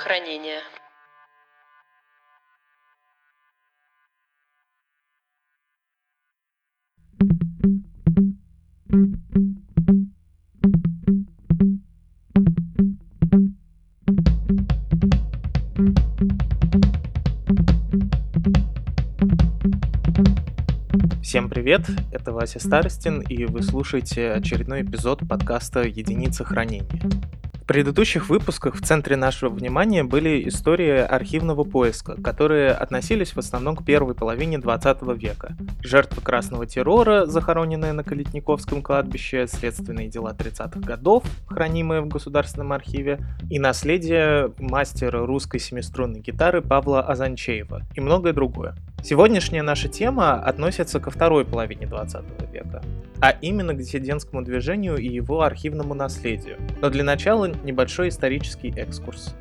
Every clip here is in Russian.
хранения. Всем привет, это Вася Старостин, и вы слушаете очередной эпизод подкаста «Единица хранения». В предыдущих выпусках в центре нашего внимания были истории архивного поиска, которые относились в основном к первой половине 20 века. Жертвы красного террора, захороненные на Калитниковском кладбище, следственные дела 30-х годов, хранимые в Государственном архиве, и наследие мастера русской семиструнной гитары Павла Азанчеева, и многое другое. Сегодняшняя наша тема относится ко второй половине 20 века, а именно к диссидентскому движению и его архивному наследию. Но для начала небольшой исторический экскурс.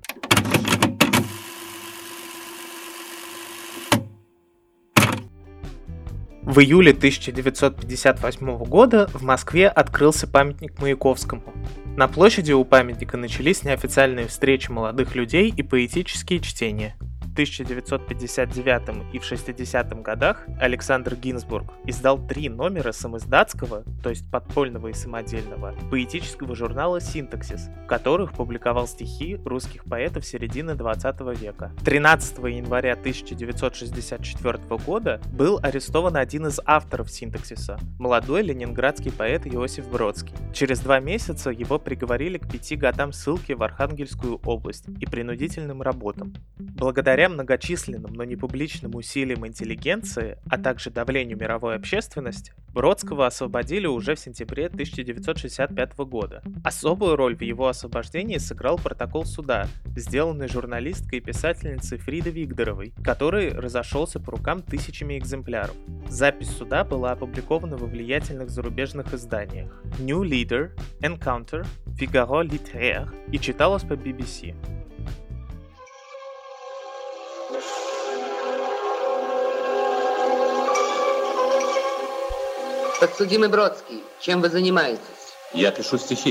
В июле 1958 года в Москве открылся памятник Маяковскому. На площади у памятника начались неофициальные встречи молодых людей и поэтические чтения. В 1959 и в 60-х годах Александр Гинзбург издал 3 номера самиздатского, то есть подпольного и самодельного, поэтического журнала «Синтаксис», в которых публиковал стихи русских поэтов середины 20 века. 13 января 1964 года был арестован один из авторов «Синтаксиса», молодой ленинградский поэт Иосиф Бродский. Через 2 месяца его приговорили к 5 годам ссылки в Архангельскую область и принудительным работам. Благодаря многочисленным, но не публичным усилиям интеллигенции, а также давлению мировой общественности, Бродского освободили уже в сентябре 1965 года. Особую роль в его освобождении сыграл протокол суда, сделанный журналисткой и писательницей Фридой Вигдоровой, который разошелся по рукам тысячами экземпляров. Запись суда была опубликована во влиятельных зарубежных изданиях New Leader, Encounter, Figaro Littéraire и читалась по BBC. Подсудимый Бродский, чем вы занимаетесь? Я пишу стихи.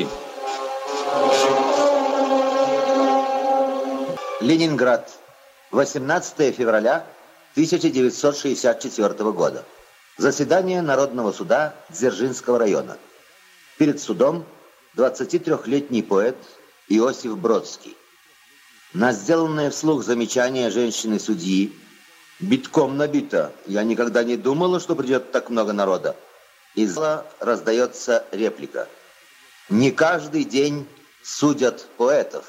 Ленинград, 18 февраля 1964 года. Заседание Народного суда Дзержинского района. Перед судом 23-летний поэт Иосиф Бродский. На сделанное вслух замечание женщины-судьи битком набито. Я никогда не думала, что придет так много народа. Из зала раздается реплика. Не каждый день судят поэтов.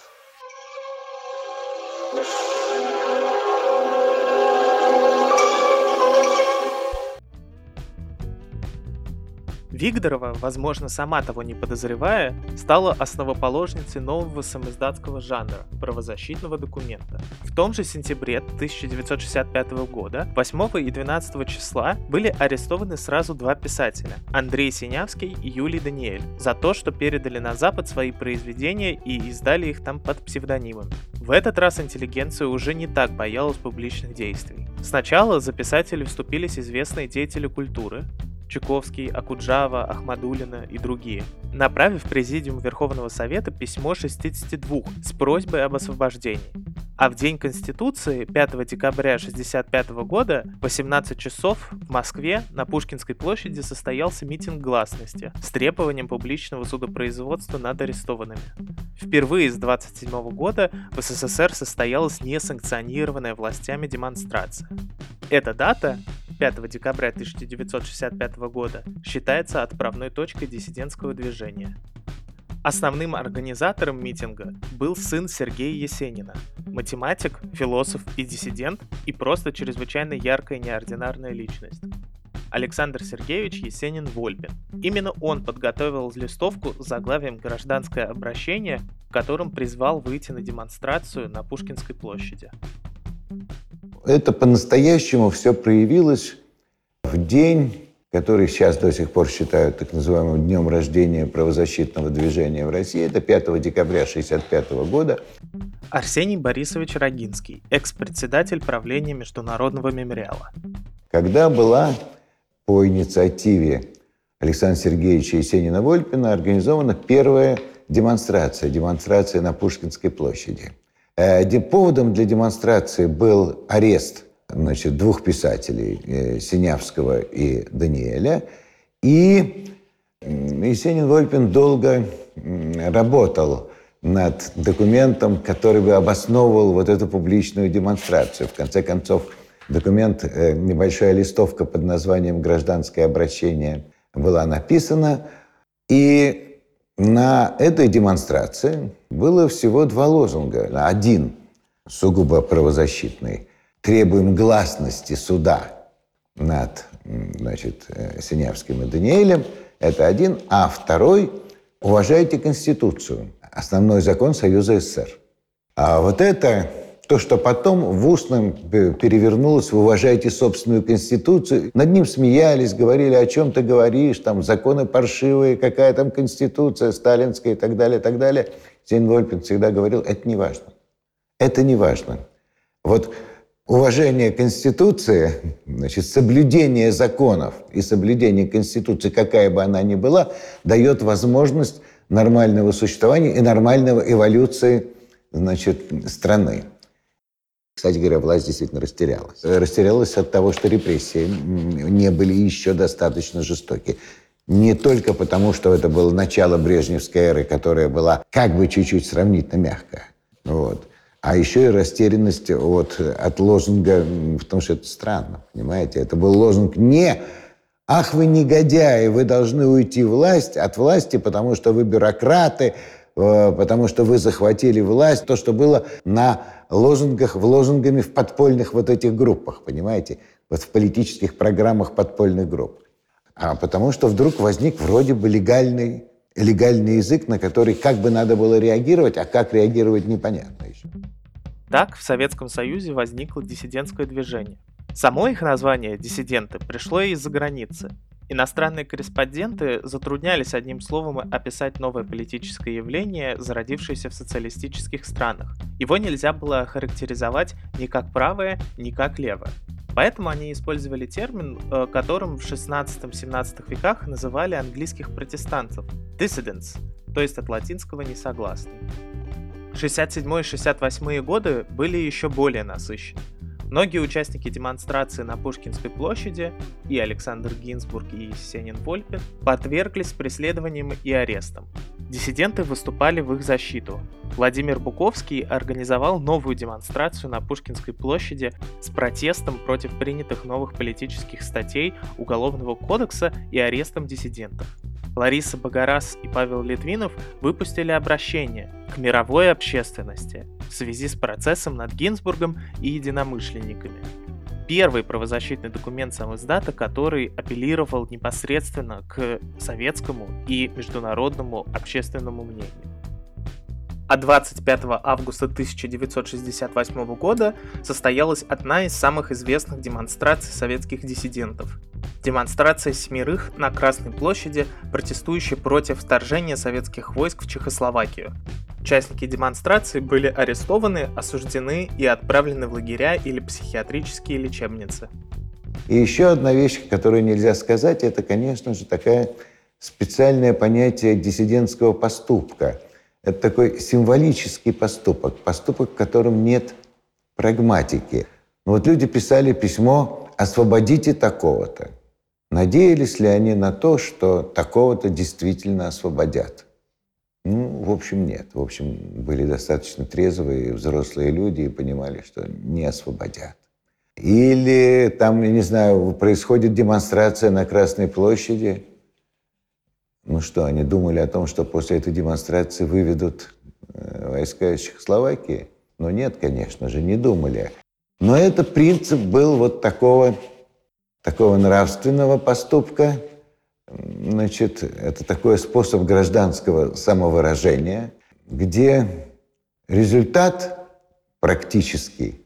Вигдорова, возможно, сама того не подозревая, стала основоположницей нового самиздатского жанра – правозащитного документа. В том же сентябре 1965 года, 8 и 12 числа, были арестованы сразу 2 писателя – Андрей Синявский и Юлий Даниэль, за то, что передали на Запад свои произведения и издали их там под псевдонимами. В этот раз интеллигенция уже не так боялась публичных действий. Сначала за писателей вступились известные деятели культуры – Чуковский, Акуджава, Ахмадуллина и другие, направив в Президиум Верховного Совета письмо 62 с просьбой об освобождении. А в день Конституции, 5 декабря 1965 года, в 18 часов в Москве на Пушкинской площади состоялся митинг гласности с требованием публичного судопроизводства над арестованными. Впервые с 1927 года в СССР состоялась несанкционированная властями демонстрация. Эта дата, 5 декабря 1965 года, считается отправной точкой диссидентского движения. Основным организатором митинга был сын Сергея Есенина, математик, философ и диссидент, и просто чрезвычайно яркая неординарная личность. Александр Сергеевич Есенин-Вольпин. Именно он подготовил листовку с заглавием «Гражданское обращение», в котором призвал выйти на демонстрацию на Пушкинской площади. Это по-настоящему все проявилось в день, который сейчас до сих пор считают так называемым днем рождения правозащитного движения в России. Это 5 декабря 1965 года. Арсений Борисович Рогинский, экс-председатель правления Международного мемориала. Когда была по инициативе Александра Сергеевича Есенина-Вольпина организована первая демонстрация на Пушкинской площади. Поводом для демонстрации был арест, значит, двух писателей, Синявского и Даниэля. И Есенин-Вольпин долго работал над документом, который бы обосновывал вот эту публичную демонстрацию. В конце концов, документ, небольшая листовка под названием «Гражданское обращение» была написана. И на этой демонстрации было всего два лозунга. Один сугубо правозащитный: «Требуем гласности суда над, значит, Синявским и Даниэлем». Это один. А второй: «Уважайте Конституцию, основной закон Союза СССР». А вот это то, что потом в устном перевернулось в «Уважайте собственную Конституцию». Над ним смеялись, говорили: о чем ты говоришь, там законы паршивые, какая там Конституция сталинская и так далее, и так далее. Есенин-Вольпин всегда говорил: это не важно. Это не важно. Вот уважение Конституции, значит, соблюдение законов и соблюдение Конституции, какая бы она ни была, дает возможность нормального существования и нормального эволюции, значит, страны. Кстати говоря, власть действительно растерялась. Растерялась от того, что репрессии не были еще достаточно жестокие. Не только потому, что это было начало брежневской эры, которая была как бы чуть-чуть сравнительно мягкая. Вот. А еще и растерянность от лозунга, потому что это странно, понимаете? Это был лозунг не «Ах, вы негодяи, вы должны уйти от власти, потому что вы бюрократы, потому что вы захватили власть». То, что было на лозунгами в подпольных вот этих группах, понимаете? Вот в политических программах подпольных групп. А потому что вдруг возник вроде бы легальный язык, на который как бы надо было реагировать, а как реагировать непонятно еще. Так в Советском Союзе возникло диссидентское движение. Само их название «диссиденты» пришло из-за границы. Иностранные корреспонденты затруднялись одним словом описать новое политическое явление, зародившееся в социалистических странах. Его нельзя было охарактеризовать ни как правое, ни как левое. Поэтому они использовали термин, которым в 16-17 веках называли английских протестантов – dissidents, то есть от латинского «несогласный». 67 и 68 годы были еще более насыщены. Многие участники демонстрации на Пушкинской площади, и Александр Гинзбург, и Есенин-Вольпин, подверглись преследованиям и арестам. Диссиденты выступали в их защиту. Владимир Буковский организовал новую демонстрацию на Пушкинской площади с протестом против принятых новых политических статей Уголовного кодекса и арестом диссидентов. Лариса Богораз и Павел Литвинов выпустили обращение к мировой общественности в связи с процессом над Гинзбургом и единомышленниками. Первый правозащитный документ самиздата, который апеллировал непосредственно к советскому и международному общественному мнению. А 25 августа 1968 года состоялась одна из самых известных демонстраций советских диссидентов. Демонстрация семерых на Красной площади, протестующие против вторжения советских войск в Чехословакию. Участники демонстрации были арестованы, осуждены и отправлены в лагеря или психиатрические лечебницы. И еще одна вещь, которую нельзя сказать, это, конечно же, такое специальное понятие диссидентского поступка. Это такой символический поступок, в котором нет прагматики. Но вот люди писали письмо «Освободите такого-то». Надеялись ли они на то, что такого-то действительно освободят? В общем, нет. В общем, были достаточно трезвые взрослые люди и понимали, что не освободят. Или там, я не знаю, происходит демонстрация на Красной площади. Что, они думали о том, что после этой демонстрации выведут войска из Чехословакии? Нет, конечно же, не думали. Но это принцип был вот такого нравственного поступка. Значит, это такой способ гражданского самовыражения, где результат практический,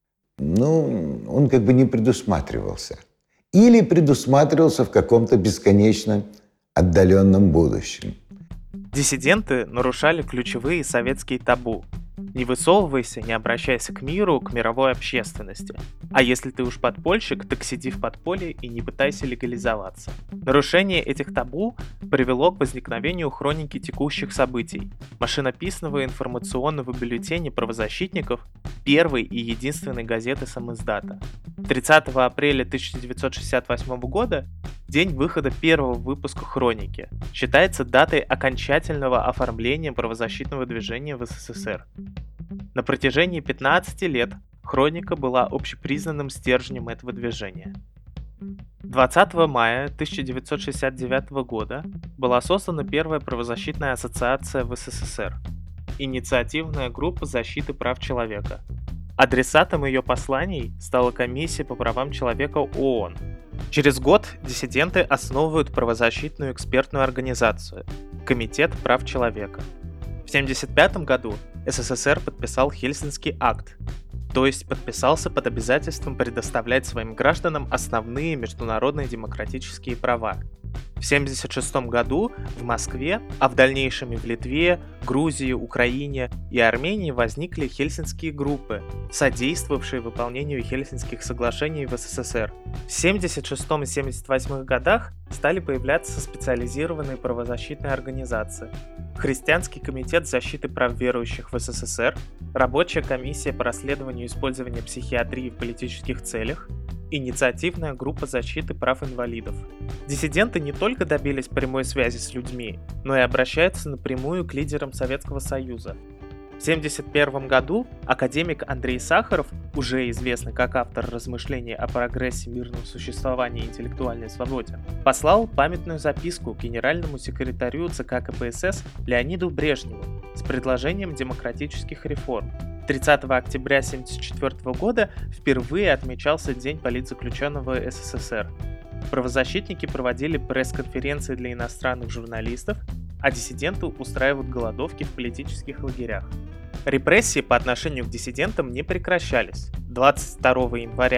он как бы не предусматривался. Или предусматривался в каком-то бесконечно отдаленном будущем. Диссиденты нарушали ключевые советские табу. Не высовывайся, не обращайся к миру, к мировой общественности. А если ты уж подпольщик, так сиди в подполье и не пытайся легализоваться. Нарушение этих табу привело к возникновению хроники текущих событий, машинописного информационного бюллетеня правозащитников, первой и единственной газеты самиздата. 30 апреля 1968 года, день выхода первого выпуска хроники, считается датой окончательного оформления правозащитного движения в СССР. На протяжении 15 лет хроника была общепризнанным стержнем этого движения. 20 мая 1969 года была создана первая правозащитная ассоциация в СССР – Инициативная группа защиты прав человека. Адресатом ее посланий стала Комиссия по правам человека ООН. Через год диссиденты основывают правозащитную экспертную организацию – Комитет прав человека. В 1975 году СССР подписал Хельсинский акт, то есть подписался под обязательством предоставлять своим гражданам основные международные демократические права. В 1976 году в Москве, а в дальнейшем и в Литве, Грузии, Украине и Армении возникли хельсинские группы, содействовавшие выполнению Хельсинских соглашений в СССР. В 1976 и 1978 годах стали появляться специализированные правозащитные организации. Христианский комитет защиты прав верующих в СССР, Рабочая комиссия по расследованию использования психиатрии в политических целях, Инициативная группа защиты прав инвалидов. Диссиденты не только добились прямой связи с людьми, но и обращаются напрямую к лидерам Советского Союза. В 1971 году академик Андрей Сахаров, уже известный как автор размышлений о прогрессе мирного существования и интеллектуальной свободе, послал памятную записку генеральному секретарю ЦК КПСС Леониду Брежневу с предложением демократических реформ. 30 октября 1974 года впервые отмечался День политзаключенного СССР. Правозащитники проводили пресс-конференции для иностранных журналистов, а диссиденты устраивают голодовки в политических лагерях. Репрессии по отношению к диссидентам не прекращались. 22 января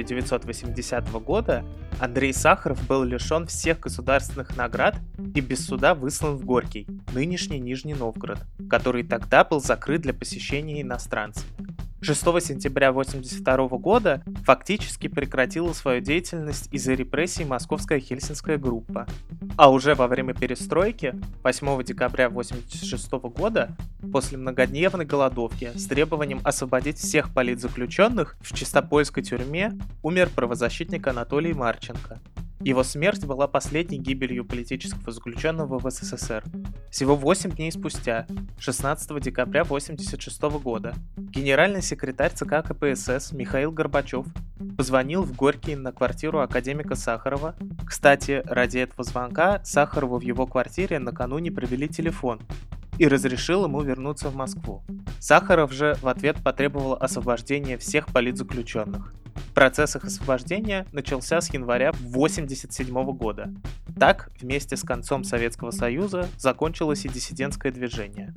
1980 года Андрей Сахаров был лишен всех государственных наград и без суда выслан в Горький, нынешний Нижний Новгород, который тогда был закрыт для посещения иностранцами. 6 сентября 1982 года фактически прекратила свою деятельность из-за репрессий Московская Хельсинская группа. А уже во время перестройки, 8 декабря 1986 года, после многодневной голодовки с требованием освободить всех политзаключенных, в Чистопольской тюрьме умер правозащитник Анатолий Марченко. Его смерть была последней гибелью политического заключенного в СССР. Всего 8 дней спустя, 16 декабря 1986 года, генеральный секретарь ЦК КПСС Михаил Горбачев позвонил в Горький на квартиру академика Сахарова. Кстати, ради этого звонка Сахарову в его квартире накануне провели телефон и разрешил ему вернуться в Москву. Сахаров же в ответ потребовал освобождения всех политзаключенных. Процесс их освобождения начался с января 1987 года. Так, вместе с концом Советского Союза закончилось и диссидентское движение.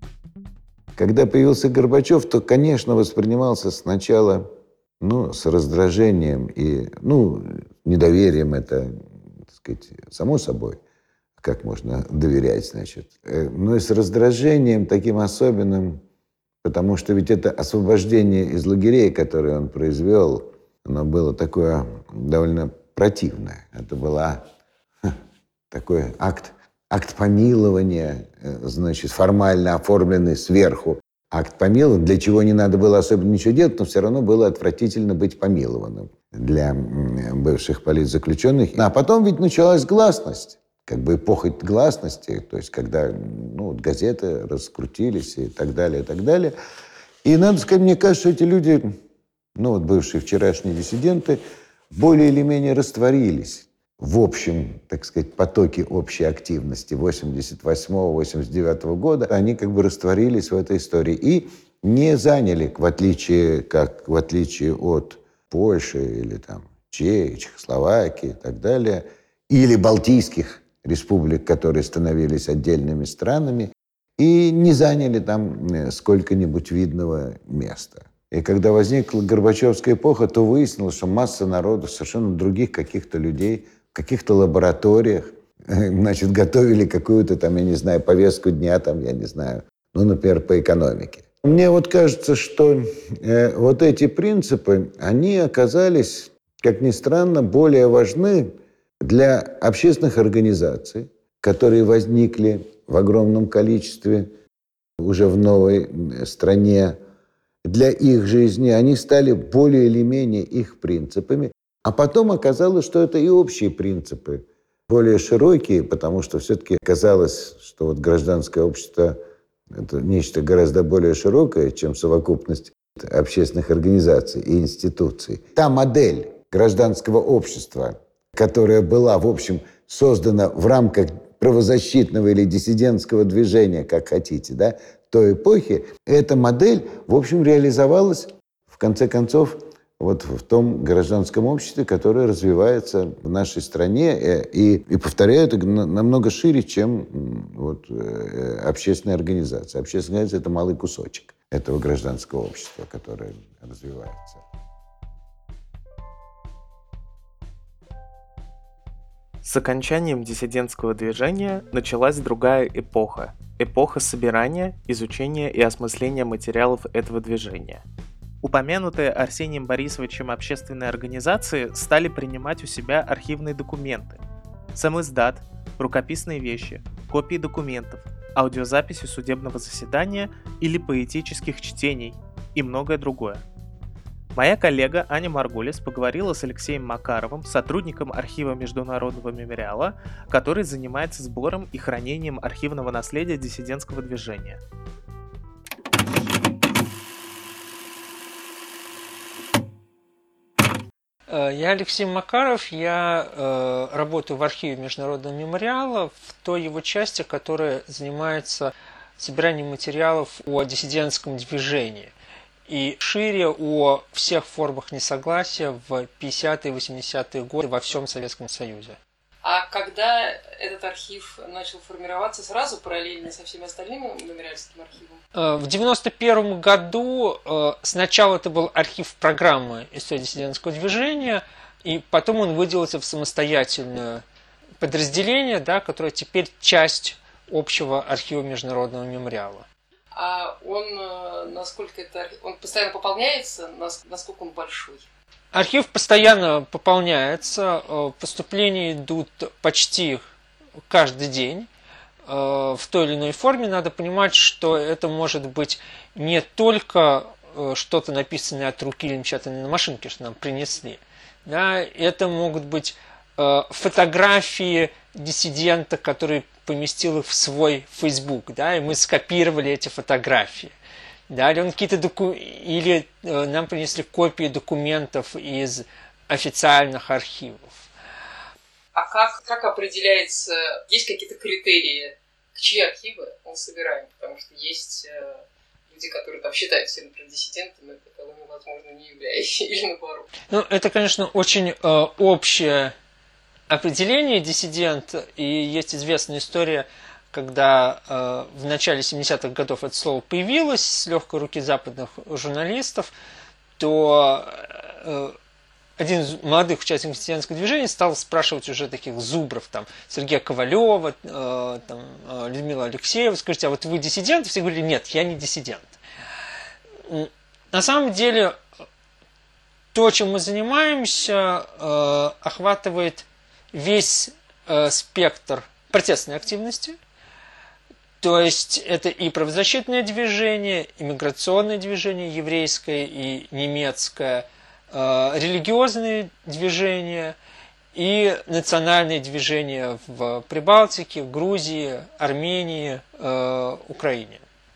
Когда появился Горбачев, то, конечно, воспринимался сначала с раздражением и недоверием, это, так сказать, само собой. Как можно доверять, значит. Но и с раздражением таким особенным, потому что ведь это освобождение из лагерей, которое он произвел, оно было такое довольно противное. Это была такой акт помилования, значит, формально оформленный сверху. Акт помилования, для чего не надо было особенно ничего делать, но все равно было отвратительно быть помилованным для бывших политзаключенных. А потом ведь началась гласность. Как бы эпоха гласности, то есть когда газеты раскрутились и так далее, и так далее. И надо сказать, мне кажется, эти люди, бывшие вчерашние диссиденты, более или менее растворились в общем, так сказать, потоке общей активности 88-89 года. Они как бы растворились в этой истории и не заняли, в отличие от Польши или Чехословакии и так далее, или балтийских республик, которые становились отдельными странами, и не заняли там сколько-нибудь видного места. И когда возникла Горбачевская эпоха, то выяснилось, что масса народу, совершенно других каких-то людей, в каких-то лабораториях, готовили какую-то повестку дня, например, по экономике. Мне вот кажется, что вот эти принципы, они оказались, как ни странно, более важны для общественных организаций, которые возникли в огромном количестве уже в новой стране. Для их жизни они стали более или менее их принципами. А потом оказалось, что это и общие принципы, более широкие, потому что все-таки казалось, что вот гражданское общество – это нечто гораздо более широкое, чем совокупность общественных организаций и институций. Та модель гражданского общества, которая была, в общем, создана в рамках правозащитного или диссидентского движения, как хотите, да, той эпохи, эта модель, в общем, реализовалась, в конце концов, вот в том гражданском обществе, которое развивается в нашей стране. И повторяю, это намного шире, чем вот, общественная организация. Общественная организация – это малый кусочек этого гражданского общества, которое развивается. С окончанием диссидентского движения началась другая эпоха. Эпоха собирания, изучения и осмысления материалов этого движения. Упомянутые Арсением Борисовичем общественные организации стали принимать у себя архивные документы, самиздат, рукописные вещи, копии документов, аудиозаписи судебного заседания или поэтических чтений и многое другое. Моя коллега Аня Маргулис поговорила с Алексеем Макаровым, сотрудником архива Международного мемориала, который занимается сбором и хранением архивного наследия диссидентского движения. Я Алексей Макаров, я работаю в архиве Международного мемориала в той его части, которая занимается собиранием материалов о диссидентском движении. И шире о всех формах несогласия в 50-е и 80-е годы во всем Советском Союзе. А когда этот архив начал формироваться, сразу параллельно со всеми остальными мемориальскими архивами? В 1991 году сначала это был архив программы «История диссидентского движения», и потом он выделился в самостоятельное подразделение, да, которое теперь часть общего архива Международного мемориала. А он, насколько он постоянно пополняется, насколько он большой? Архив постоянно пополняется, поступления идут почти каждый день в той или иной форме. Надо понимать, что это может быть не только что-то написанное от руки или напечатанное на машинке, что нам принесли. Да, это могут быть фотографии диссидента, который поместил их в свой Facebook, да, и мы скопировали эти фотографии. Да, или нам принесли копии документов из официальных архивов. А как определяется, есть какие-то критерии, чьи архивы мы собираем? Потому что есть люди, которые там считают себя, например, диссидентами, таковыми, возможно, не являясь, или наоборот. Ну, это, конечно, очень общее определение диссидента, и есть известная история, когда в начале 70-х годов это слово появилось с легкой руки западных журналистов, то один из молодых участников диссидентского движения стал спрашивать уже таких зубров, там, Сергея Ковалева, Людмила Алексеева, скажите, а вот вы диссидент? Все говорили, нет, я не диссидент. На самом деле, то, чем мы занимаемся, охватывает весь спектр протестной активности. То есть это и правозащитное движение, и миграционное движение, еврейское и немецкое, религиозные движения и национальные движения в Прибалтике, в Грузии, Армении, Украине.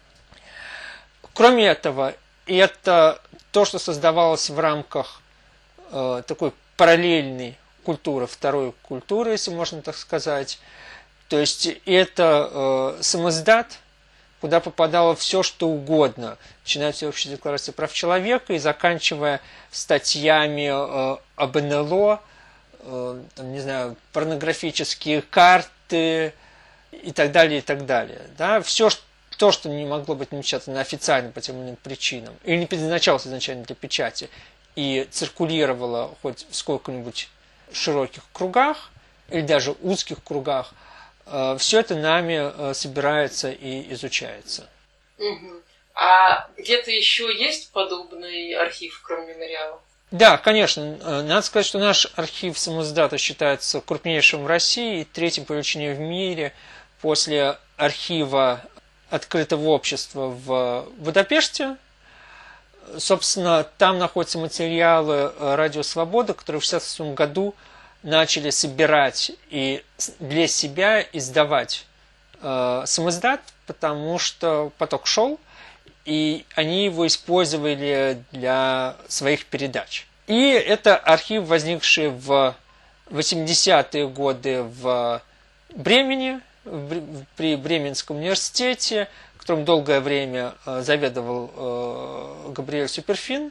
Кроме этого, это то, что создавалось в рамках такой параллельной культуры, второй культуры, если можно так сказать. То есть это самиздат, куда попадало все, что угодно, начиная с Общей декларации прав человека и заканчивая статьями об НЛО, там, не знаю, порнографические карты и так далее, и так далее. Да? Все то, что не могло быть напечатано официально по тем или иным причинам, или не предназначалось изначально для печати, и циркулировало хоть в сколько-нибудь широких кругах, или даже узких кругах, все это нами собирается и изучается. Угу. А где-то еще есть подобный архив, кроме мемориала? Да, конечно. Надо сказать, что наш архив самиздата считается крупнейшим в России и третьим по величине в мире после архива открытого общества в Будапеште. Собственно, там находятся материалы «Радио Свобода», которые в 1968 году начали собирать и для себя издавать самиздат, потому что поток шел, и они его использовали для своих передач. И это архив, возникший в 80-е годы в Бремени, при Бременском университете, которым долгое время заведовал Габриэль Суперфин.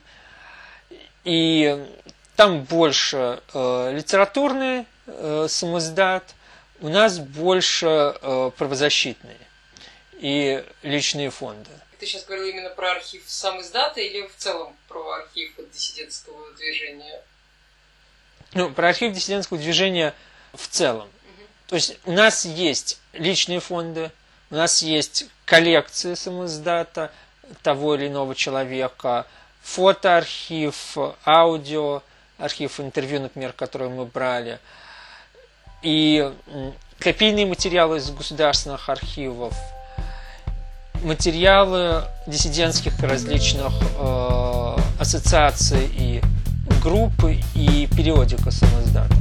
И там больше литературный самиздат, у нас больше правозащитные и личные фонды. Ты сейчас говорил именно про архив самиздата или в целом про архив диссидентского движения? Ну, про архив диссидентского движения в целом. То есть у нас есть личные фонды, у нас есть коллекции самиздата того или иного человека, фотоархив, аудио, архив интервью, например, которые мы брали, и копийные материалы из государственных архивов, материалы диссидентских различных ассоциаций и групп, и периодика самиздата.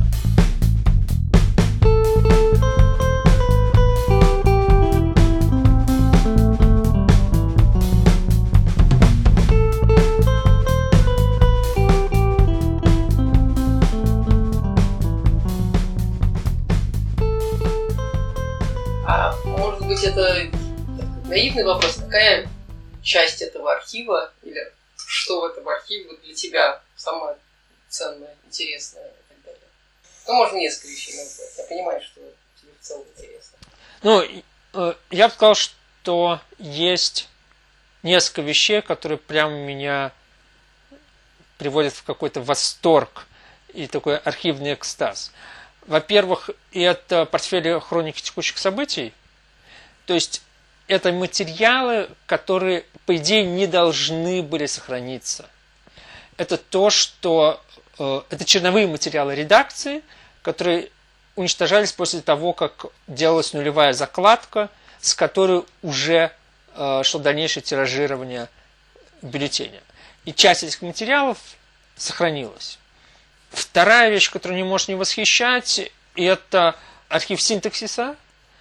А может быть, это наивный вопрос, какая часть этого архива или что в этом архиве для тебя самое ценное, интересное и так далее? Ну, можно несколько вещей назвать. Я понимаю, что тебе в целом интересно. Ну, я бы сказал, что есть несколько вещей, которые прямо меня приводят в какой-то восторг и такой архивный экстаз. Во-первых, это портфели хроники текущих событий. То есть это материалы, которые, по идее, не должны были сохраниться. Это то, что... Это черновые материалы редакции, которые уничтожались после того, как делалась нулевая закладка, с которой уже шло дальнейшее тиражирование бюллетеня. И часть этих материалов сохранилась. Вторая вещь, которую не может не восхищать, это архив синтаксиса,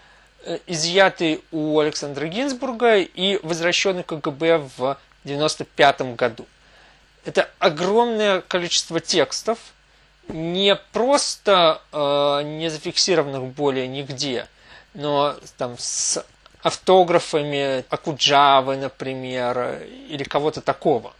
изъятый у Александра Гинзбурга и возвращенный КГБ в 1995 году. Это огромное количество текстов, не просто не зафиксированных более нигде, но там с автографами Окуджавы, например, или кого-то такого.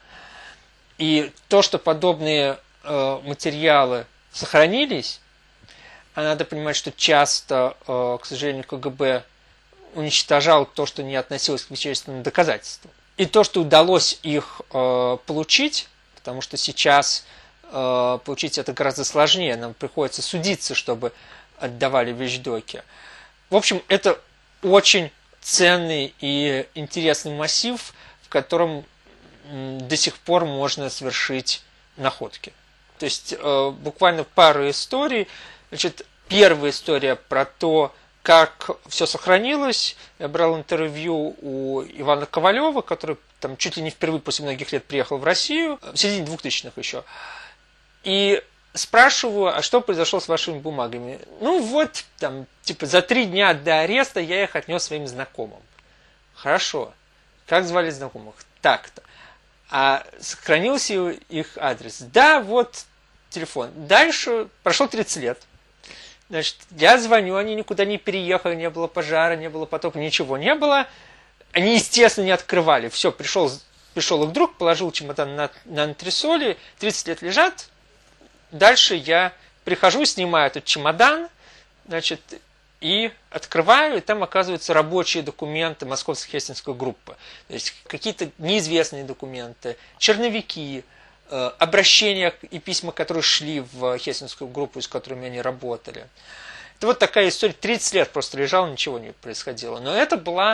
И то, что подобные материалы сохранились, а надо понимать, что часто, к сожалению, КГБ уничтожал то, что не относилось к вещественным доказательствам. И то, что удалось их получить, потому что сейчас получить это гораздо сложнее, нам приходится судиться, чтобы отдавали вещдоки. В общем, это очень ценный и интересный массив, в котором до сих пор можно совершить находки. То есть буквально пару историй. Значит, первая история про то, как все сохранилось. Я брал интервью у Ивана Ковалева, который там чуть ли не впервые после многих лет приехал в Россию, в середине 2000-х еще. И спрашиваю, а что произошло с вашими бумагами? Ну вот, там, типа, за 3 дня до ареста я их отнес своим знакомым. Хорошо. Как звали знакомых? Так-то. А сохранился их адрес? Да, вот телефон. Дальше прошло 30 лет. Значит, я звоню, они никуда не переехали, не было пожара, не было потопа, ничего не было. Они, естественно, не открывали. Все, пришел их друг, положил чемодан на антресоли, 30 лет лежат. Дальше я прихожу, снимаю этот чемодан, значит, и открываю, и там оказываются рабочие документы Московской хельсинской группы. То есть какие-то неизвестные документы, черновики, обращения и письма, которые шли в хельсинскую группу, с которыми они работали. Это вот такая история. 30 лет просто лежала, ничего не происходило. Но это была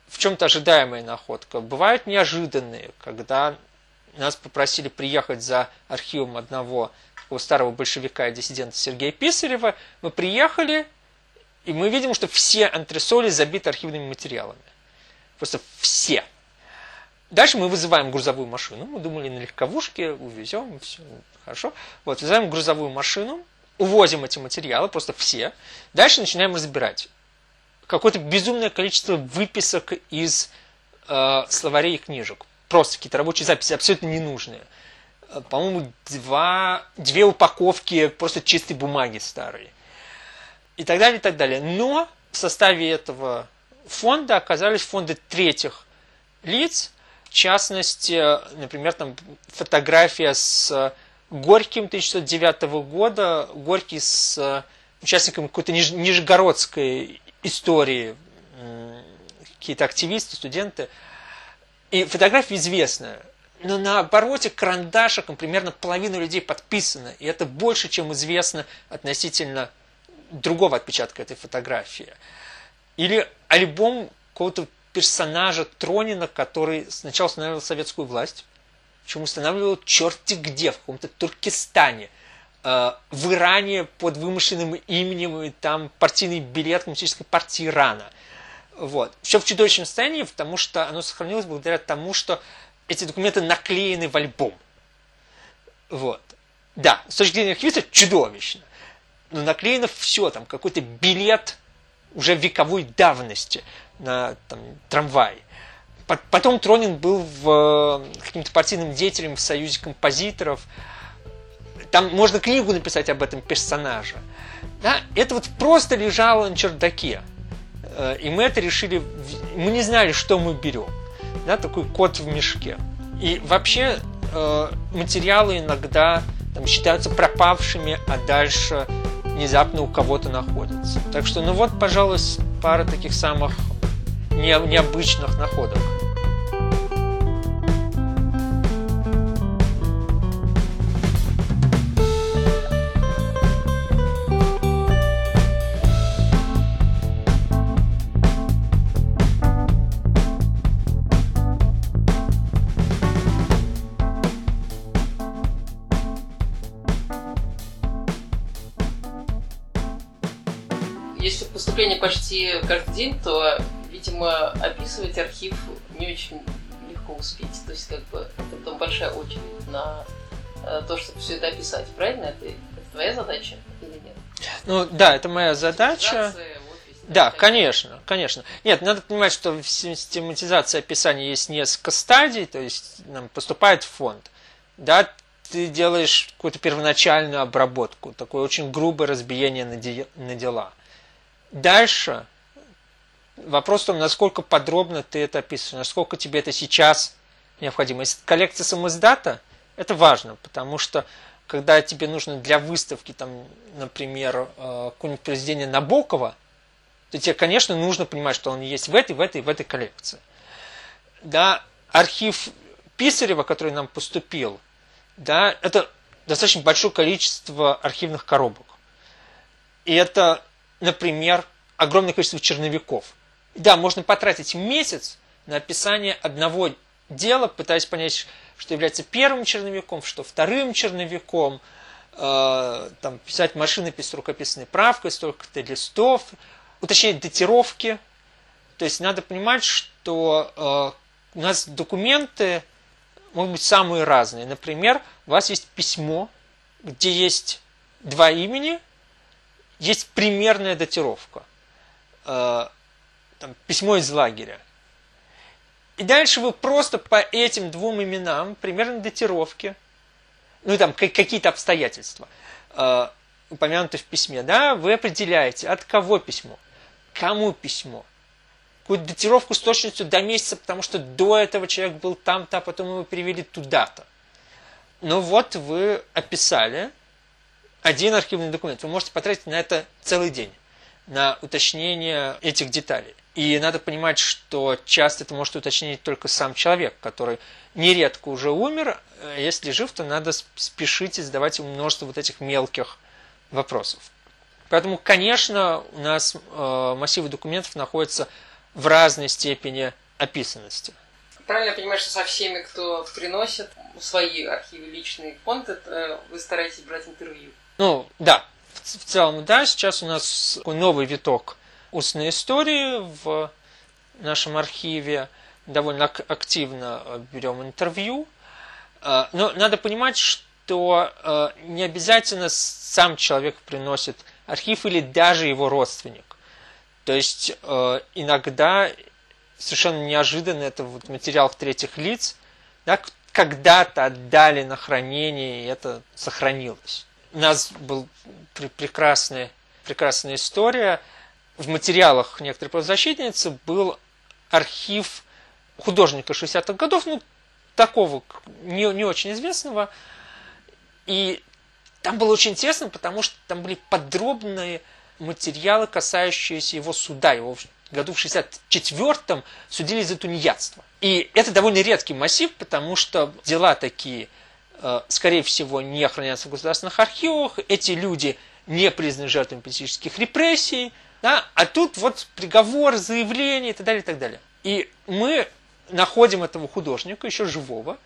в чем-то ожидаемая находка. Бывают неожиданные, когда нас попросили приехать за архивом одного такого старого большевика и диссидента Сергея Писарева. Мы приехали, и мы видим, что все антресоли забиты архивными материалами. Просто все. Дальше мы вызываем грузовую машину. Мы думали, на легковушке увезем, все хорошо. Вот, вызываем грузовую машину, увозим эти материалы, просто все. Дальше начинаем разбирать. Какое-то безумное количество выписок из словарей и книжек. Просто какие-то рабочие записи, абсолютно ненужные. По-моему, две упаковки просто чистой бумаги старой. И так далее, и так далее. Но в составе этого фонда оказались фонды третьих лиц. В частности, например, там фотография с Горьким 1909 года. Горький с участником какой-то нижегородской истории. Какие-то активисты, студенты. И фотография известная. Но на обороте карандашиком примерно половина людей подписано. И это больше, чем известно относительно другого отпечатка этой фотографии. Или альбом какого-то персонажа Тронина, который сначала устанавливал советскую власть, причем устанавливал черти где, в каком-то Туркестане, в Иране под вымышленным именем, и там партийный билет коммунистической партии Ирана. Вот. Все в чудовищном состоянии, потому что оно сохранилось благодаря тому, что эти документы наклеены в альбом. Вот. Да, с точки зрения архивиста чудовищно. Но наклеено все, там какой-то билет уже вековой давности на там, трамвай. Потом Тронин был каким-то партийным деятелем в Союзе композиторов. Там можно книгу написать об этом персонаже. Да? Это вот просто лежало на чердаке. И мы это решили, мы не знали, что мы берем. Да, такой кот в мешке. И вообще материалы иногда там, считаются пропавшими, а дальше внезапно у кого-то находятся. Так что, ну вот, пожалуй, пара таких самых необычных находок. Если поступление почти каждый день, то, видимо, описывать архив не очень легко успеть. То есть, как бы, это там большая очередь на то, чтобы все это описать. Правильно? Это твоя задача или нет? Ну, да, это моя задача. Да, конечно, конечно. Нет, надо понимать, что в систематизации описания есть несколько стадий, то есть нам поступает в фонд. Да, ты делаешь какую-то первоначальную обработку, такое очень грубое разбиение на дела. Дальше вопрос в том, насколько подробно ты это описываешь, насколько тебе это сейчас необходимо. Если коллекция самиздата, это важно, потому что когда тебе нужно для выставки, там, например, какое-нибудь произведение Набокова, то тебе, конечно, нужно понимать, что он есть в этой коллекции. Да, архив Писарева, который нам поступил, да, это достаточно большое количество архивных коробок. И это, например, огромное количество черновиков. Да, можно потратить месяц на описание одного дела, пытаясь понять, что является первым черновиком, что вторым черновиком, там, писать машинопись с рукописной правкой, столько-то листов, уточнять датировки. То есть надо понимать, что у нас документы могут быть самые разные. Например, у вас есть письмо, где есть два имени, есть примерная датировка. Там, письмо из лагеря. И дальше вы просто по этим двум именам, примерной датировки, ну там какие-то обстоятельства, упомянутые в письме, да, вы определяете, от кого письмо, кому письмо, какую-то датировку с точностью до месяца, потому что до этого человек был там-то, а потом его перевели туда-то. Ну вот вы описали один архивный документ. Вы можете потратить на это целый день, на уточнение этих деталей. И надо понимать, что часто это может уточнить только сам человек, который нередко уже умер. Если жив, то надо спешить и задавать ему множество вот этих мелких вопросов. Поэтому, конечно, у нас массивы документов находятся в разной степени описанности. Правильно я понимаю, что со всеми, кто приносит свои архивы, личные фонды, вы стараетесь брать интервью? Ну, да. В целом, да. Сейчас у нас такой новый виток устной истории в нашем архиве. Довольно активно берем интервью. Но надо понимать, что не обязательно сам человек приносит архив или даже его родственник. То есть иногда совершенно неожиданно это вот в материалах третьих лиц, да, когда-то отдали на хранение, и это сохранилось. У нас была прекрасная история. В материалах некоторой правозащитницы был архив художника 60-х годов, ну, такого не очень известного. И там было очень интересно, потому что там были подробные материалы, касающиеся его суда. Его в году в 64-м судили за тунеядство. И это довольно редкий массив, потому что дела такие, скорее всего, не хранятся в государственных архивах. Эти люди не признаны жертвами политических репрессий. Да? А тут вот приговор, заявление и так далее, и так далее. И мы находим этого художника, еще живого,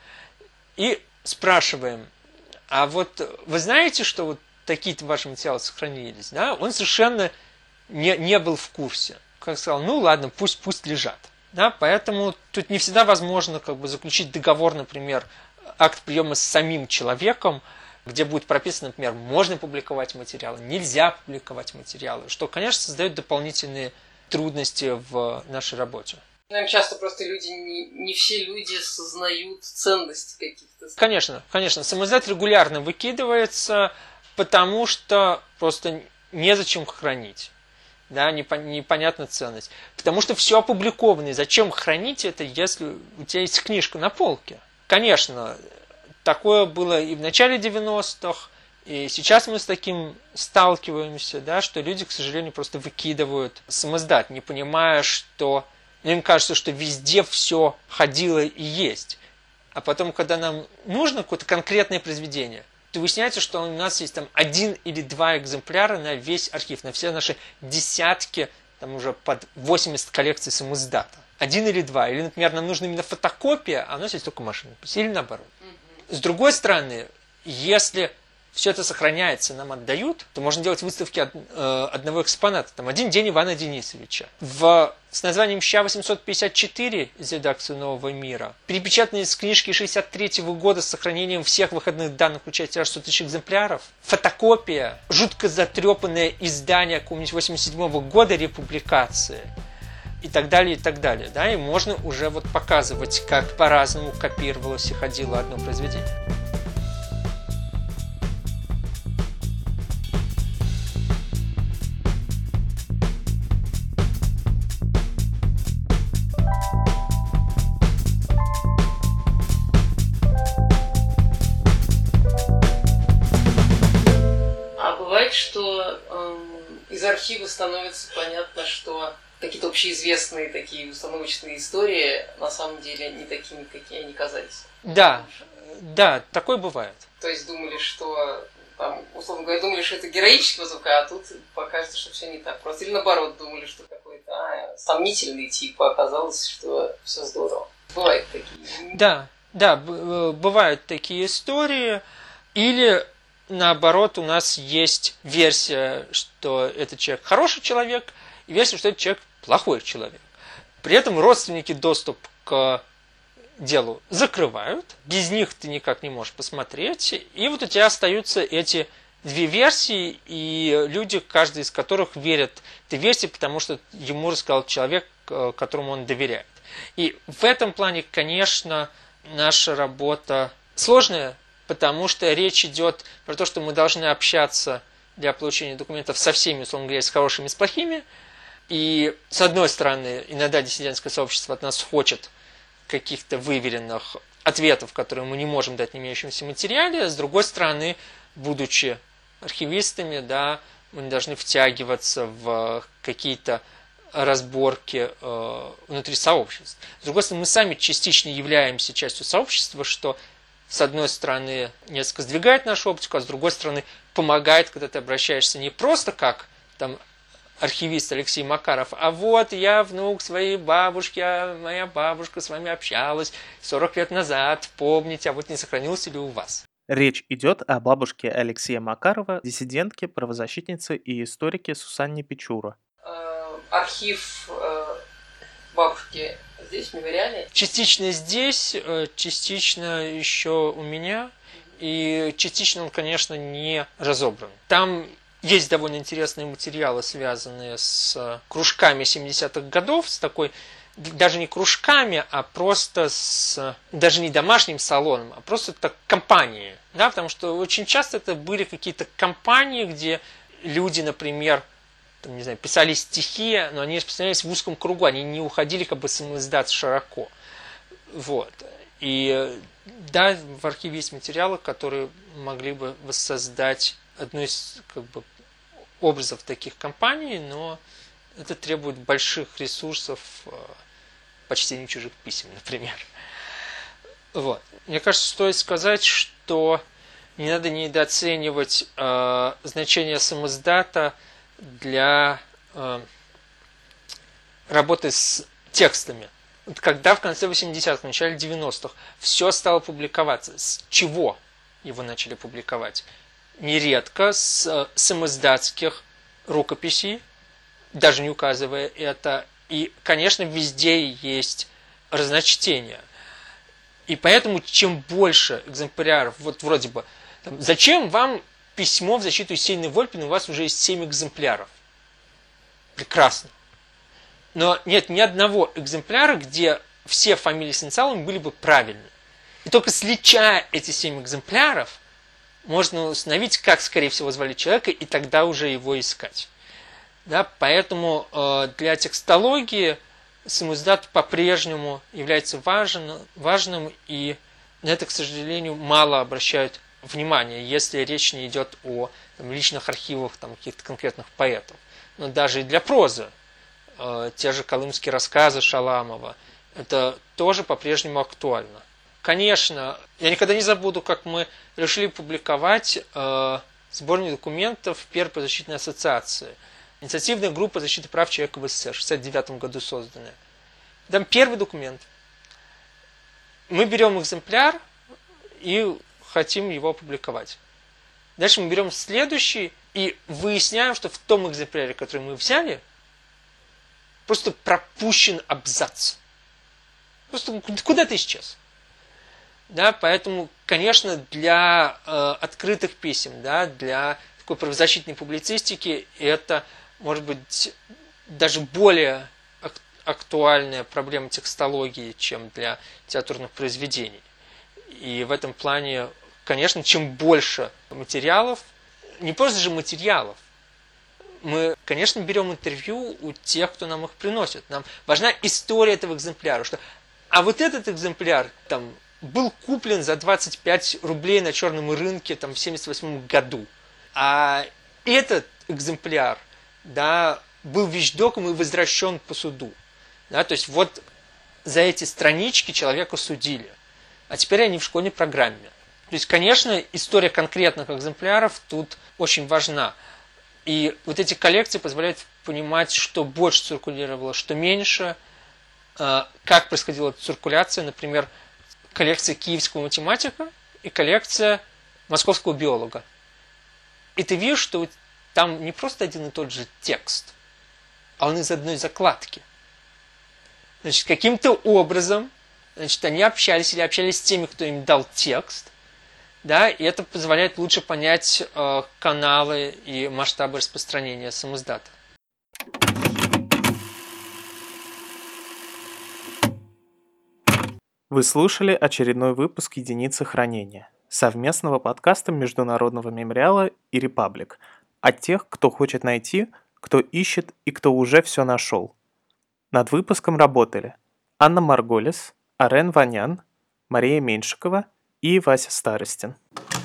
и спрашиваем, а вот вы знаете, что вот такие-то ваши материалы сохранились? Да? Он совершенно не был в курсе. Как сказал, ну ладно, пусть лежат. Да? Поэтому тут не всегда возможно как бы заключить договор, например, акт приема с самим человеком, где будет прописано, например, можно публиковать материалы, нельзя публиковать материалы, что, конечно, создает дополнительные трудности в нашей работе. Наверное, часто просто люди, не все люди сознают ценность каких-то. Конечно. Самоиздат регулярно выкидывается, потому что просто незачем хранить. Да, непонятна ценность. Потому что все опубликовано. И зачем хранить это, если у тебя есть книжка на полке? Конечно, такое было и в начале 90-х, и сейчас мы с таким сталкиваемся, да, что люди, к сожалению, просто выкидывают самоиздат, не понимая, что им кажется, что везде все ходило и есть. А потом, когда нам нужно какое-то конкретное произведение, то выясняется, что у нас есть там 1 или 2 экземпляра на весь архив, на все наши десятки, там уже под 80 коллекций самоиздата. 1 или 2. Или, например, нам нужна именно фотокопия, а у нас есть только машинопись. Или наоборот. С другой стороны, если все это сохраняется, нам отдают, то можно делать выставки одного экспоната. Там «Один день Ивана Денисовича». С названием «Ща-854» из редакции «Нового мира», перепечатанные из книжки 63-го года с сохранением всех выходных данных, включая тираж 100 тысяч экземпляров, фотокопия, жутко затрепанное издание какого-нибудь 87-го года републикации и так далее, и так далее. Да? И можно уже вот показывать, как по-разному копировалось и ходило одно произведение. Что из архива становится понятно, что какие-то общеизвестные такие установочные истории на самом деле не такими, какие они казались. Да, такое бывает. То есть думали, что там, условно говоря, думали, что это героический звука, а тут покажется, что все не так просто. Или наоборот, думали, что какой-то сомнительный тип, а оказалось, что все здорово. Бывают такие. Да, бывают такие истории. Или наоборот, у нас есть версия, что этот человек хороший человек, и версия, что этот человек плохой человек. При этом родственники доступ к делу закрывают, без них ты никак не можешь посмотреть, и вот у тебя остаются эти две версии, и люди, каждый из которых верит этой версии, потому что ему рассказал человек, которому он доверяет. И в этом плане, конечно, наша работа сложная, потому что речь идет про то, что мы должны общаться для получения документов со всеми, условно говоря, с хорошими и с плохими. И, с одной стороны, иногда диссидентское сообщество от нас хочет каких-то выверенных ответов, которые мы не можем дать в имеющемся материале. С другой стороны, будучи архивистами, да, мы не должны втягиваться в какие-то разборки внутри сообществ. С другой стороны, мы сами частично являемся частью сообщества, что с одной стороны, несколько сдвигает нашу оптику, а с другой стороны, помогает, когда ты обращаешься не просто как там, архивист Алексей Макаров: а вот я внук своей бабушки, а моя бабушка с вами общалась 40 лет назад, помните, а вот не сохранился ли у вас? Речь идет о бабушке Алексея Макарова, диссидентке, правозащитнице и историке Сусанне Печура. Архив бабушки здесь, в мемориале? Частично здесь, частично еще у меня, и частично он, конечно, не разобран. Там есть довольно интересные материалы, связанные с кружками 70-х годов, с такой, даже не кружками, а просто с, даже не домашним салоном, а просто так компанией. Да? Потому что очень часто это были какие-то компании, где люди, например, там, не знаю, писали стихи, но они распространялись в узком кругу, они не уходили как бы самоиздаться широко. Вот. И да, в архиве есть материалы, которые могли бы воссоздать одну из как бы образов таких компаний, но это требует больших ресурсов, почти не чужих писем, например. Вот. Мне кажется, стоит сказать, что не надо недооценивать значение самиздата для работы с текстами. Когда в конце 80-х, в начале 90-х все стало публиковаться, с чего его начали публиковать? Нередко с самиздатских рукописей, даже не указывая это. И, конечно, везде есть разночтение. И поэтому, чем больше экземпляров, вот вроде бы, там, зачем вам письмо в защиту Есенина Вольпина, у вас уже есть 7 экземпляров. Прекрасно. Но нет ни одного экземпляра, где все фамилии с инициалами были бы правильны. И только сличая эти 7 экземпляров, можно установить, как, скорее всего, звали человека, и тогда уже его искать. Да, поэтому для текстологии самиздат по-прежнему является важным, и на это, к сожалению, мало обращают внимание, если речь не идет о там, личных архивах там, каких-то конкретных поэтов. Но даже и для прозы, те же колымские рассказы Шаламова, это тоже по-прежнему актуально. Конечно, я никогда не забуду, как мы решили публиковать сборник документов Первой правозащитной ассоциации. Инициативная группа защиты прав человека в СССР, в 1969 году созданная. Там первый документ. Мы берем экземпляр и хотим его опубликовать. Дальше мы берем следующий и выясняем, что в том экземпляре, который мы взяли, просто пропущен абзац. Просто куда-то исчез. Да, поэтому, конечно, для открытых писем, да, для такой правозащитной публицистики это может быть даже более актуальная проблема текстологии, чем для литературных произведений. И в этом плане, конечно, чем больше материалов, не просто же материалов, мы, конечно, берем интервью у тех, кто нам их приносит. Нам важна история этого экземпляра. Что, а вот этот экземпляр там, был куплен за 25 рублей на черном рынке там, в 1978 году. А этот экземпляр да, был вещдоком и возвращен по суду. Да, то есть вот за эти странички человека судили. А теперь они в школьной программе. То есть, конечно, история конкретных экземпляров тут очень важна. И вот эти коллекции позволяют понимать, что больше циркулировало, что меньше, как происходила циркуляция, например, коллекция киевского математика и коллекция московского биолога. И ты видишь, что там не просто один и тот же текст, а он из одной закладки. Значит, каким-то образом значит, они общались или общались с теми, кто им дал текст, да, и это позволяет лучше понять каналы и масштабы распространения самиздата. Вы слушали очередной выпуск «Единицы хранения» совместного подкаста Международного мемориала и Репаблик от тех, кто хочет найти, кто ищет и кто уже все нашел. Над выпуском работали Анна Марголис, Арен Ванян, Мария Меньшикова и Вася Старостин.